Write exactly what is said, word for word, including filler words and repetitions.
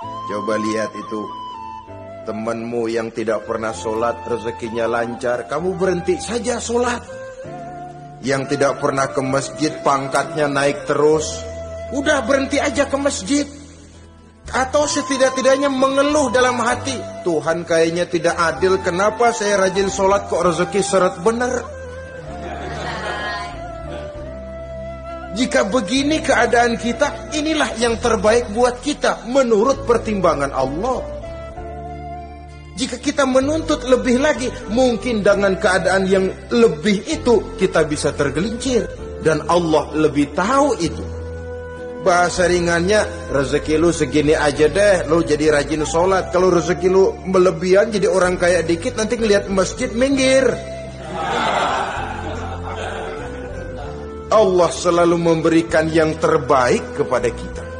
Coba lihat itu, temanmu yang tidak pernah sholat, rezekinya lancar, kamu berhenti saja sholat. Yang tidak pernah ke masjid, pangkatnya naik terus, udah berhenti aja ke masjid. Atau setidak-tidaknya mengeluh dalam hati, Tuhan kayaknya tidak adil, kenapa saya rajin sholat kok rezeki seret bener. Jika begini keadaan kita, inilah yang terbaik buat kita menurut pertimbangan Allah. Jika kita menuntut lebih lagi, mungkin dengan keadaan yang lebih itu kita bisa tergelincir, dan Allah lebih tahu itu. Bahasa ringannya, rezeki lu segini aja deh, lu jadi rajin sholat. Kalau rezeki lu melebihan jadi orang kaya dikit, nanti ngelihat masjid minggir. Allah selalu memberikan yang terbaik kepada kita.